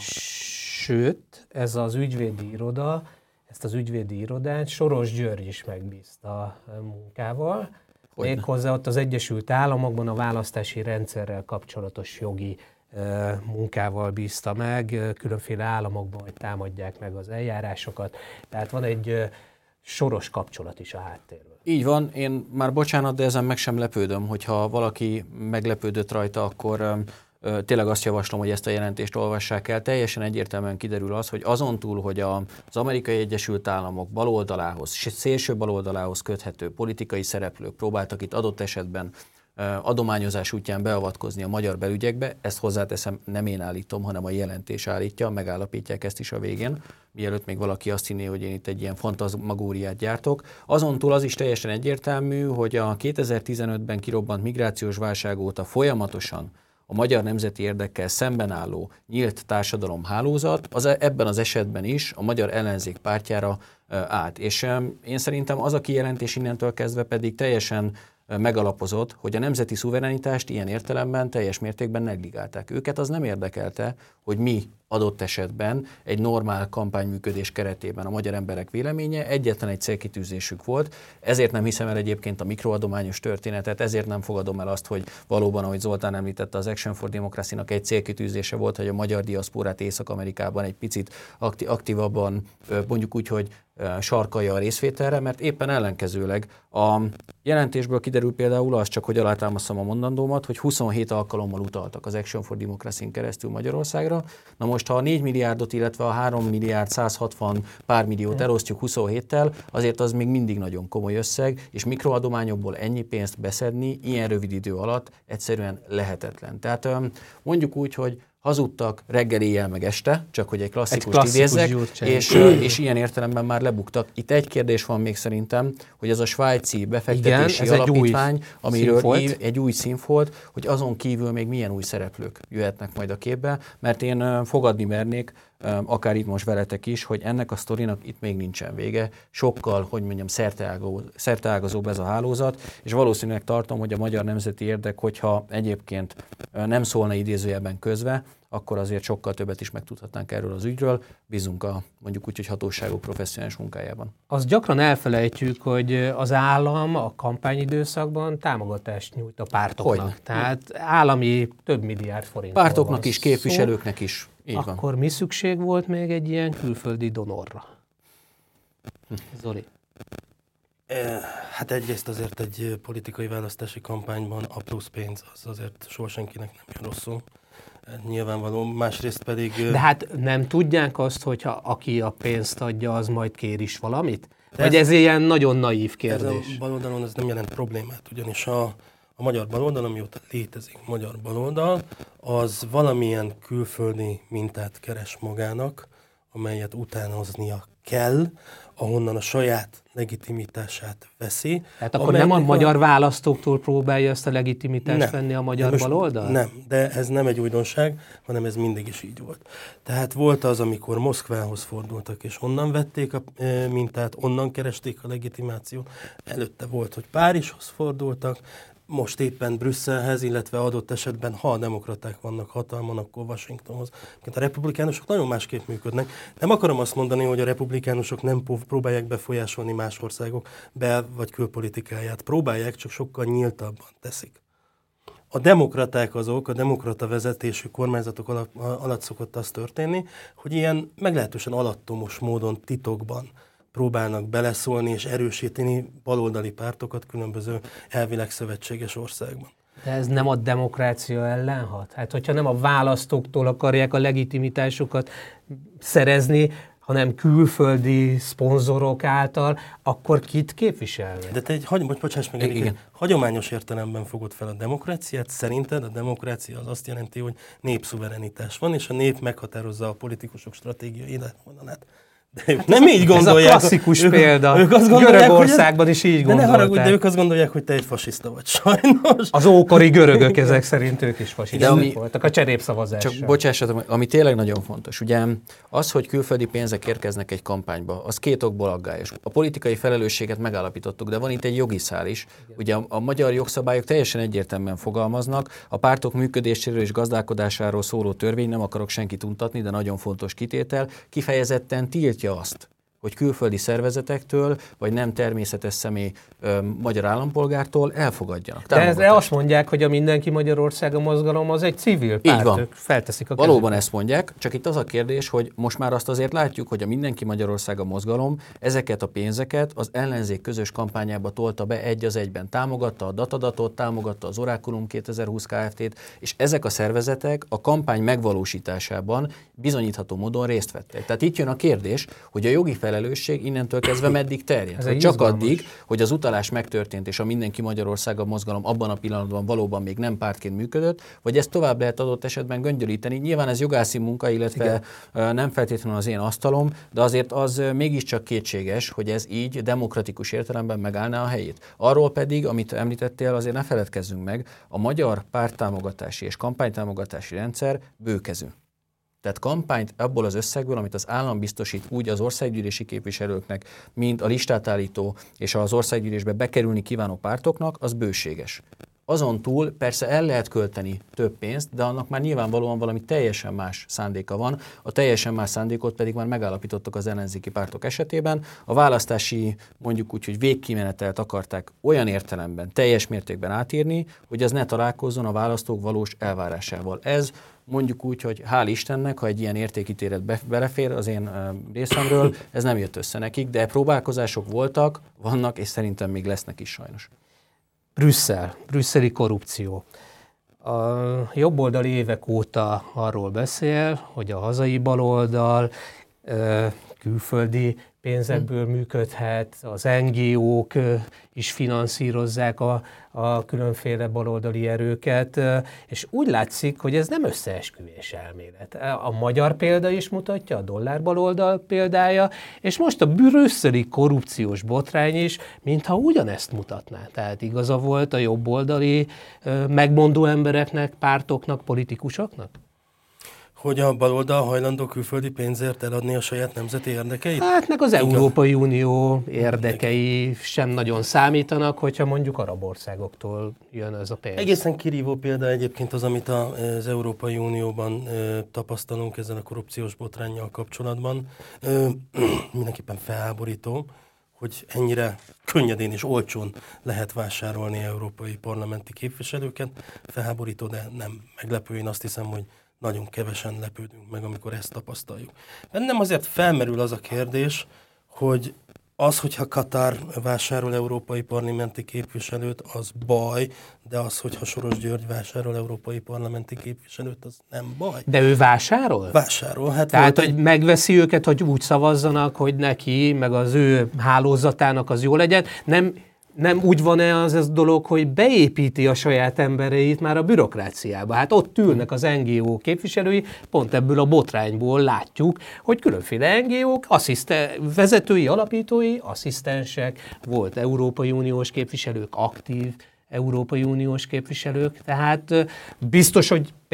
Sőt, ez az ügyvédi iroda, ezt az ügyvédi irodát Soros György is megbízta a munkával. Méghozzá ott az Egyesült Államokban a választási rendszerrel kapcsolatos jogi e, munkával bízta meg, különféle államokban, hogy támadják meg az eljárásokat. Tehát van egy e, Soros kapcsolat is a háttérben. Így van, én már bocsánat, de ezen meg sem lepődöm, hogyha valaki meglepődött rajta, akkor tényleg azt javaslom, hogy ezt a jelentést olvassák el. Teljesen egyértelműen kiderül az, hogy azon túl, hogy az Amerikai Egyesült Államok baloldalához, szélső baloldalához köthető politikai szereplők próbáltak itt adott esetben adományozás útján beavatkozni a magyar belügyekbe, ezt hozzáteszem, nem én állítom, hanem a jelentés állítja, megállapítják ezt is a végén, mielőtt még valaki azt hinné, hogy én itt egy ilyen fantazmagóriát gyártok. Azon túl az is teljesen egyértelmű, hogy a kétezer-tizenötben kirobbant migrációs válság óta folyamatosan a magyar nemzeti érdekkel szemben álló nyílt társadalomhálózat az ebben az esetben is a magyar ellenzék pártjára állt. És én szerintem az a kijelentés innentől kezdve pedig teljesen megalapozott, hogy a nemzeti szuverenitást ilyen értelemben teljes mértékben negligálták. Őket az nem érdekelte, hogy mi adott esetben egy normál kampányműködés keretében a magyar emberek véleménye, egyetlen egy célkitűzésük volt, ezért nem hiszem el egyébként a mikroadományos történetet, ezért nem fogadom el azt, hogy valóban, ahogy Zoltán említette, az Action for Democracy-nak egy célkitűzése volt, hogy a magyar diaszporát Észak-Amerikában egy picit aktívabban, mondjuk úgy, hogy sarkalja a részvételre, mert éppen ellenkezőleg a jelentésből kiderül például az, csak hogy alátámasztom a mondandómat, hogy huszonhét alkalommal utaltak az Action for Democracy-n keresztül Magyarországra. Na most, ha a négy milliárdot, illetve a három milliárd százhatvan pár milliót elosztjuk huszonhéttel, azért az még mindig nagyon komoly összeg, és mikroadományokból ennyi pénzt beszedni ilyen rövid idő alatt egyszerűen lehetetlen. Tehát mondjuk úgy, hogy hazudtak reggel, éjjel, meg este, csak hogy egy klasszikust egy idézzek, és, és ilyen értelemben már lebuktak. Itt egy kérdés van még szerintem, hogy ez a svájci befektetési igen, alapítvány, amiről év, egy új színfolt, hogy azon kívül még milyen új szereplők jöhetnek majd a képbe, mert én fogadni mernék, akár itt most veletek is, hogy ennek a sztorinak itt még nincsen vége. Sokkal, hogy mondjam, szerteágazóbb ez a hálózat, és valószínűleg tartom, hogy a magyar nemzeti érdek, hogyha egyébként nem szólna idézőjelben közve, akkor azért sokkal többet is megtudhatnánk erről az ügyről. Bízunk a mondjuk úgy, hogy hatóságok professzionális munkájában. Azt gyakran elfelejtjük, hogy az állam a kampányidőszakban támogatást nyújt a pártoknak. Hogyne. Tehát állami több milliárd forint. Pártoknak is, képviselőknek is. Így akkor van. Mi szükség volt még egy ilyen külföldi donorra? Hm. Zoli? Hát egyrészt azért egy politikai választási kampányban a plusz pénz az azért soha senkinek nem jön rosszul. Nyilvánvaló, másrészt pedig... De hát nem tudják azt, hogyha aki a pénzt adja, az majd kér is valamit? De Vagy ez, ez ilyen nagyon naív kérdés? Ez a baloldalon ez nem jelent problémát, ugyanis a, a magyar baloldal, amióta létezik magyar baloldal, az valamilyen külföldi mintát keres magának, amelyet utánoznia kell, ahonnan a saját legitimitását veszi. Tehát akkor nem a magyar választóktól próbálja ezt a legitimitást nem. venni a magyar most baloldal? Nem, de ez nem egy újdonság, hanem ez mindig is így volt. Tehát volt az, amikor Moszkvához fordultak, és onnan vették a mintát, onnan keresték a legitimációt. Előtte volt, hogy Párizshoz fordultak, most éppen Brüsszelhez, illetve adott esetben, ha a demokraták vannak hatalmon, akkor Washingtonhoz. A republikánusok nagyon másképp működnek. Nem akarom azt mondani, hogy a republikánusok nem próbálják befolyásolni más országok bel- vagy külpolitikáját. Próbálják, csak sokkal nyíltabban teszik. A demokraták azok, a demokrata vezetésű kormányzatok alatt, alatt szokott az történni, hogy ilyen meglehetősen alattomos módon, titokban próbálnak beleszólni és erősíteni baloldali pártokat különböző elvileg szövetséges országban. De ez nem a demokrácia ellen hat? Hát, hogyha nem a választóktól akarják a legitimitásukat szerezni, hanem külföldi szponzorok által, akkor kit képviselni? De te egy, hagy, bocsáss meg, egy, egy hagyományos értelemben fogod fel a demokráciát. Szerinted a demokrácia az azt jelenti, hogy népszuverenitás van, és a nép meghatározza a politikusok stratégiai életvonalát. De ők hát nem így gondolják. Ez a klasszikus ők, példa. Ők azt gondolják, Görögországban is így gondolták. De ne haragudj, de ők azt gondolják, hogy te egy fasiszta vagy, sajnos. Az ókori görögök ezek szerint ők is fasiszták ami, voltak a cserépszavazással. Csak bocsássatok, ami tényleg nagyon fontos. Ugye az, hogy külföldi pénzek érkeznek egy kampányba, az két okból aggályos. A politikai felelősséget megállapítottuk, de van itt egy jogi szál is. Ugye a, a magyar jogszabályok teljesen egyértelműen fogalmaznak. A pártok működéséről és gazdálkodásáról szóló törvény, nem akarok senkit untatni, de nagyon fontos kitétel, kifejezetten tiltja azt, hogy külföldi szervezetektől, vagy nem természetes személy ö, magyar állampolgártól elfogadjanak. De ezre azt mondják, hogy a Mindenki Magyarországa mozgalom az egy civil párt. Így van. Ők felteszik a Valóban kezüket. ezt mondják, csak itt az a kérdés, hogy most már azt azért látjuk, hogy a Mindenki Magyarországa mozgalom ezeket a pénzeket az ellenzék közös kampányába tolta be egy az egyben. Támogatta a Datadatot, támogatta az Oraculum kétezer-húsz Kft-t, és ezek a szervezetek a kampány megvalósításában bizonyítható módon részt vettek. Tehát itt jön a kérdés, hogy a jogi felelősség innentől kezdve meddig terjed. Hogy csak izgalmas. Addig, hogy az utalás megtörtént, és a Mindenki Magyarországa mozgalom abban a pillanatban valóban még nem pártként működött, vagy ezt tovább lehet adott esetben göngyölíteni. Nyilván ez jogászi munka, illetve igen. nem feltétlenül az én asztalom, de azért az mégiscsak kétséges, hogy ez így demokratikus értelemben megállná a helyét. Arról pedig, amit említettél, azért ne feledkezzünk meg, a magyar párttámogatási és kampánytámogatási rendszer bőkezű. Tehát kampányt abból az összegből, amit az állam biztosít úgy az országgyűlési képviselőknek, mint a listát állító és az országgyűlésbe bekerülni kívánó pártoknak, az bőséges. Azon túl persze el lehet költeni több pénzt, de annak már nyilvánvalóan valami teljesen más szándéka van. A teljesen más szándékot pedig már megállapítottak az ellenzéki pártok esetében. A választási, mondjuk úgy, hogy végkimenetelt akarták olyan értelemben, teljes mértékben átírni, hogy az ne találkozzon a választók valós elvárásával. Ez mondjuk úgy, hogy hál' Istennek, ha egy ilyen értékítélet be, belefér az én uh, részemről, ez nem jött össze nekik, de próbálkozások voltak, vannak, és szerintem még lesznek is sajnos. Brüsszel, brüsszeli korrupció. A jobboldali évek óta arról beszél, hogy a hazai baloldal uh, külföldi pénzekből működhet, az en gé ók is finanszírozzák a, a különféle baloldali erőket, és úgy látszik, hogy ez nem összeesküvés elmélet. A magyar példa is mutatja, a dollár baloldal példája, és most a brüsszeli korrupciós botrány is, mintha ugyanezt mutatná. Tehát igaza volt a jobboldali megmondó embereknek, pártoknak, politikusoknak? Hogy a baloldal hajlandó külföldi pénzért eladni a saját nemzeti érdekeit? Hát meg az Európai Unió érdekei sem nagyon számítanak, hogyha mondjuk arab országoktól jön ez a pénz. Egészen kirívó példa egyébként az, amit az Európai Unióban tapasztalunk ezzel a korrupciós botránnyal kapcsolatban. Mindenképpen felháborító, hogy ennyire könnyedén és olcsón lehet vásárolni európai parlamenti képviselőket. Felháborító, de nem meglepő. Én azt hiszem, hogy nagyon kevesen lepődünk meg, amikor ezt tapasztaljuk. Bennem azért felmerül az a kérdés, hogy az, hogyha Katar vásárol európai parlamenti képviselőt, az baj, de az, hogyha Soros György vásárol európai parlamenti képviselőt, az nem baj. De ő vásárol? Vásárol. Hát Tehát, hogy egy... megveszi őket, hogy úgy szavazzanak, hogy neki, meg az ő hálózatának az jó legyen. Nem... Nem úgy van-e az ez dolog, hogy beépíti a saját embereit már a bürokráciába? Hát ott ülnek az en gé ó képviselői, pont ebből a botrányból látjuk, hogy különféle en gé ók, assziszten- vezetői, alapítói, asszisztensek, volt Európai Uniós képviselők, aktív Európai Uniós képviselők, tehát biztos, hogy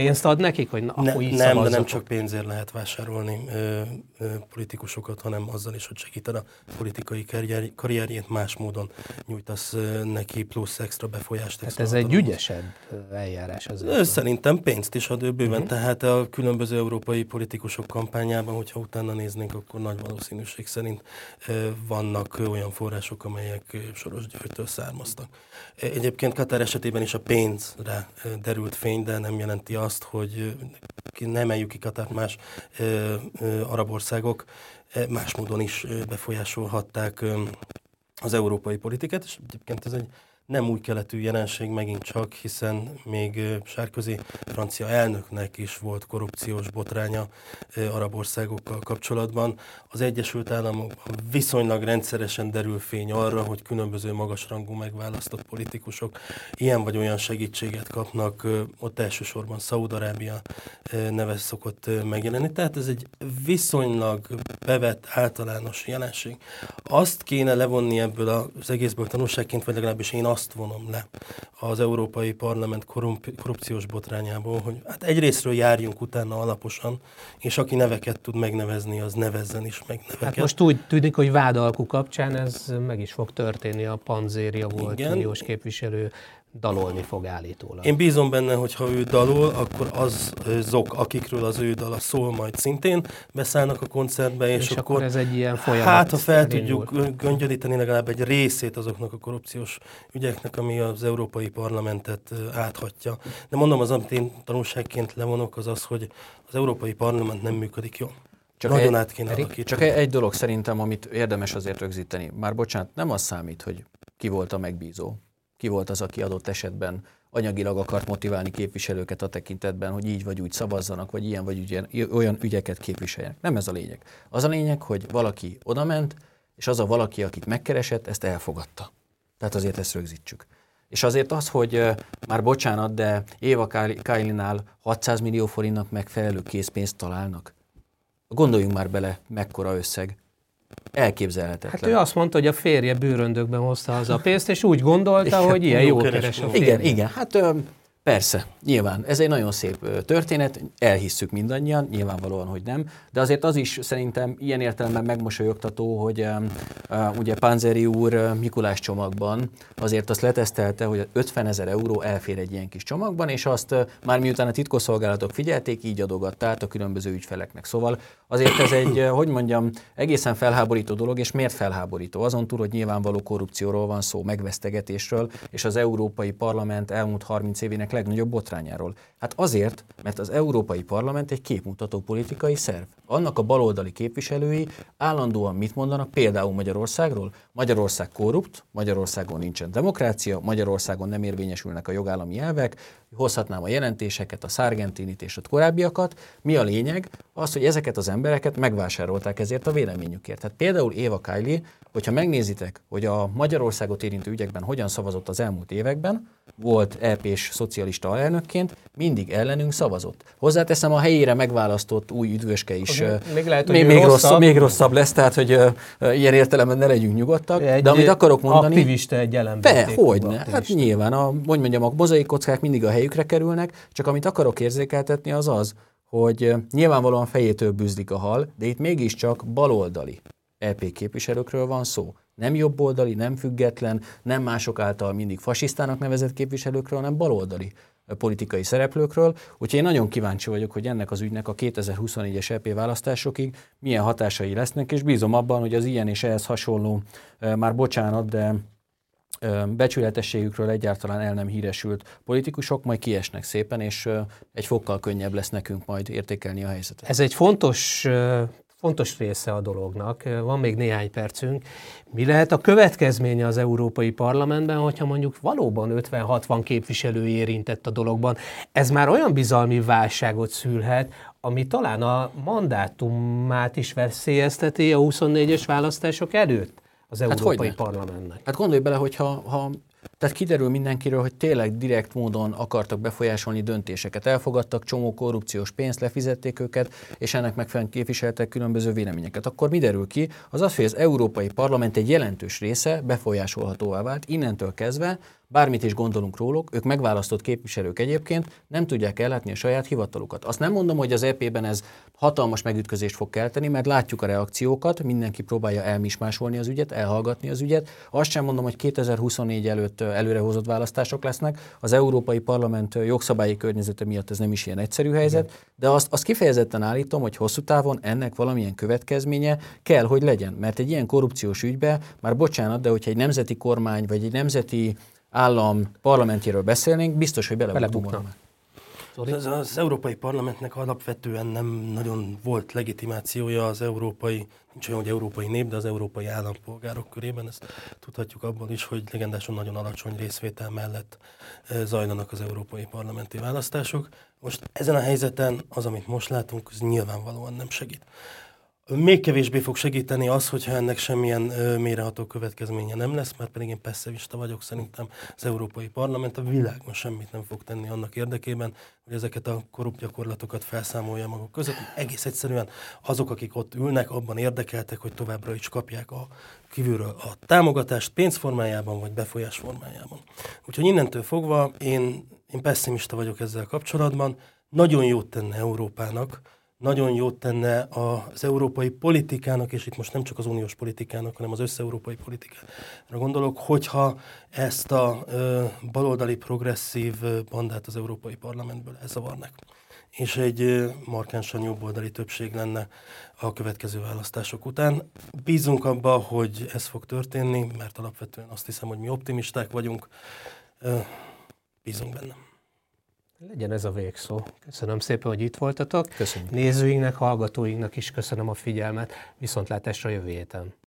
pénzt ad nekik, hogy na, ne, akkor így nem, de nem szavazzatok? csak pénzért lehet vásárolni ö, ö, politikusokat, hanem azzal is, hogy segíted a politikai karrier, karrierjét, más módon nyújtasz ö, neki plusz extra befolyást. Hát ez egy ügyesebb eljárás azért. Ö, Szerintem pénzt is ad ő bőven, Uh-huh. tehát a különböző európai politikusok kampányában, hogyha utána néznénk, akkor nagy valószínűség szerint ö, vannak ö, olyan források, amelyek ö, Soros Györgytől származtak. Egyébként Katar esetében is a pénzre ö, derült fény, de nem jelenti azt, hogy ö, nem emeljük ki Katart más ö, ö, arab országok, ö, más módon is ö, befolyásolhatták ö, az európai politikát, és egyébként ez egy nem új keletű jelenség megint csak, hiszen még Sarkozy francia elnöknek is volt korrupciós botránya arab országokkal kapcsolatban. Az Egyesült Államokban viszonylag rendszeresen derül fény arra, hogy különböző magasrangú megválasztott politikusok ilyen vagy olyan segítséget kapnak, ott elsősorban Szaúd-Arábia neve szokott megjelenni. Tehát ez egy viszonylag bevett általános jelenség. Azt kéne levonni ebből az egészből tanulságként, vagy legalábbis én azt azt vonom le az Európai Parlament korrup- korrupciós botrányából, hogy hát egyrésztről járjunk utána alaposan, és aki neveket tud megnevezni, az nevezzen is meg neveket. Hát most úgy tűnik, hogy vádalkú kapcsán ez meg is fog történni, a Panzéria volt Igen. uniós képviselő dalolni fog állítólag. Én bízom benne, hogy ha ő dalol, akkor azok, akikről az ő dala szól, majd szintén beszállnak a koncertbe, és, és akkor, akkor ez egy ilyen folyamat. hát, ha fel elindul. tudjuk göngyölíteni legalább egy részét azoknak a korrupciós ügyeknek, ami az Európai Parlamentet áthatja. De mondom, az, amit én tanulságként levonok, az az, hogy az Európai Parlament nem működik jól. Csak Nagyon egy, át kéne alakítani. Csak egy, egy dolog szerintem, amit érdemes azért rögzíteni. Már bocsánat, nem az számít, hogy ki volt a megbízó. Ki volt az, aki adott esetben anyagilag akart motiválni képviselőket a tekintetben, hogy így vagy úgy szavazzanak, vagy ilyen vagy ügyen, olyan ügyeket képviseljenek. Nem ez a lényeg. Az a lényeg, hogy valaki odament, és az a valaki, akit megkeresett, ezt elfogadta. Tehát azért ezt rögzítsük. És azért az, hogy már bocsánat, de Éva Kaili-nál hatszáz millió forintnak megfelelő készpénzt találnak. Gondoljunk már bele, mekkora összeg. Elképzelhetetlen. Hát ő azt mondta, hogy a férje bőröndökben hozta haza a pénzt, és úgy gondolta, hogy ilyen jól keres a férje. Igen, igen, hát ö, persze, nyilván, ez egy nagyon szép ö, történet, elhisszük mindannyian, nyilvánvalóan, hogy nem, de azért az is szerintem ilyen értelemben megmosolyogtató, hogy ö, ö, ugye Panzeri úr ö, Mikulás csomagban azért azt letesztelte, hogy ötvenezer euró elfér egy ilyen kis csomagban, és azt ö, már miután a titkosszolgálatok figyelték, így adogatta át a különböző ügyfeleknek. Szóval azért ez egy, ö, hogy mondjam, egészen felháborító dolog, és miért felháborító? Azon túl, hogy nyilvánvaló korrupcióról van szó, megvesztegetésről, és az Európai Parlament elmúlt harminc évének legnagyobb botrányáról. Hát azért, mert az Európai Parlament egy képmutató politikai szerv. Annak a baloldali képviselői állandóan mit mondanak például Magyarországról? Magyarország korrupt, Magyarországon nincsen demokrácia, Magyarországon nem érvényesülnek a jogállami elvek, hozhatnám a jelentéseket, a Sargentinit és a korábbiakat. Mi a lényeg? Az, hogy ezeket az embereket megvásárolták ezért a véleményükért. Tehát például Éva Kaili, hogyha megnézitek, hogy a Magyarországot érintő ügyekben hogyan szavazott az elmúlt években, volt é pés szocialista alelnökként, mindig ellenünk szavazott. Hozzáteszem, a helyére megválasztott új Üdvöske is még, lehet, még, még, rosszabb, még rosszabb lesz, tehát hogy uh, ilyen értelemben ne legyünk nyugodtak. Egy de amit akarok mondani... aktivista, egy Be, ellenbértékű hogyne. Hát aktivista. nyilván, a, hogy mondjam, a mozaikkockák mindig a helyükre kerülnek, csak amit akarok érzékeltetni az az, hogy uh, nyilvánvalóan fejétől bűzlik a hal, de itt mégiscsak baloldali é pé képviselőkről van szó. Nem jobboldali, nem független, nem mások által mindig fasisztának nevezett képviselőkről, hanem baloldali politikai szereplőkről. Úgyhogy én nagyon kíváncsi vagyok, hogy ennek az ügynek a kétezer-huszonnégyes é pé választásokig milyen hatásai lesznek, és bízom abban, hogy az ilyen és ehhez hasonló, már bocsánat, de becsületességükről egyáltalán el nem híresült politikusok majd kiesnek szépen, és egy fokkal könnyebb lesz nekünk majd értékelni a helyzetet. Ez egy fontos, fontos része a dolognak. Van még néhány percünk. Mi lehet a következménye az Európai Parlamentben, hogyha mondjuk valóban ötven-hatvan képviselő érintett a dologban? Ez már olyan bizalmi válságot szülhet, ami talán a mandátumát is veszélyezteti a huszonnégyes választások előtt az Európai hát Parlamentnek. Hát gondolj bele, hogyha ha, tehát kiderül mindenkiről, hogy tényleg direkt módon akartak befolyásolni döntéseket. Elfogadtak csomó korrupciós pénzt, lefizették őket, és ennek megfelelően képviseltek különböző véleményeket. Akkor mi derül ki? Az az, hogy az Európai Parlament egy jelentős része befolyásolhatóvá vált, innentől kezdve bármit is gondolunk róluk, ők megválasztott képviselők egyébként nem tudják ellátni a saját hivatalukat. Azt nem mondom, hogy az é pében ez hatalmas megütközést fog kelteni, mert látjuk a reakciókat, mindenki próbálja elmismásolni az ügyet, elhallgatni az ügyet. Azt sem mondom, hogy kétezer-huszonnégy előtt előrehozott választások lesznek. Az Európai Parlament jogszabályi környezete miatt ez nem is ilyen egyszerű helyzet, de azt, azt kifejezetten állítom, hogy hosszú távon ennek valamilyen következménye kell, hogy legyen. Mert egy ilyen korrupciós ügybe, már bocsánat, de hogyha egy nemzeti kormány vagy egy nemzeti állam parlamentjéről beszélnénk, biztos, hogy belebuknak. Az, az Európai Parlamentnek alapvetően nem nagyon volt legitimációja az európai, nincs olyan, hogy európai nép, de az európai állampolgárok körében. Ezt tudhatjuk abban is, hogy legendásan nagyon alacsony részvétel mellett zajlanak az európai parlamenti választások. Most ezen a helyzeten az, amit most látunk, az nyilvánvalóan nem segít. Még kevésbé fog segíteni az, hogyha ennek semmilyen ö, mélyreható következménye nem lesz, mert pedig én pessimista vagyok, szerintem az Európai Parlament a világon semmit nem fog tenni annak érdekében, hogy ezeket a korrupt gyakorlatokat felszámolja maguk között. Egész egyszerűen azok, akik ott ülnek, abban érdekeltek, hogy továbbra is kapják a kívülről a támogatást pénzformájában vagy befolyás formájában. Úgyhogy innentől fogva én, én pessimista vagyok ezzel kapcsolatban. Nagyon jót tenne Európának, nagyon jót tenne az európai politikának, és itt most nem csak az uniós politikának, hanem az összeurópai politikára gondolok, hogyha ezt a ö, baloldali progresszív bandát az Európai Parlamentből elzavarnak. És egy ö, markánsan jobboldali többség lenne a következő választások után. Bízunk abba, hogy ez fog történni, mert alapvetően azt hiszem, hogy mi optimisták vagyunk. Ö, bízunk benne. Legyen ez a végszó. Köszönöm szépen, hogy itt voltatok. Köszönjük. Nézőinknek, hallgatóinknak is köszönöm a figyelmet. Viszontlátásra jövő héten.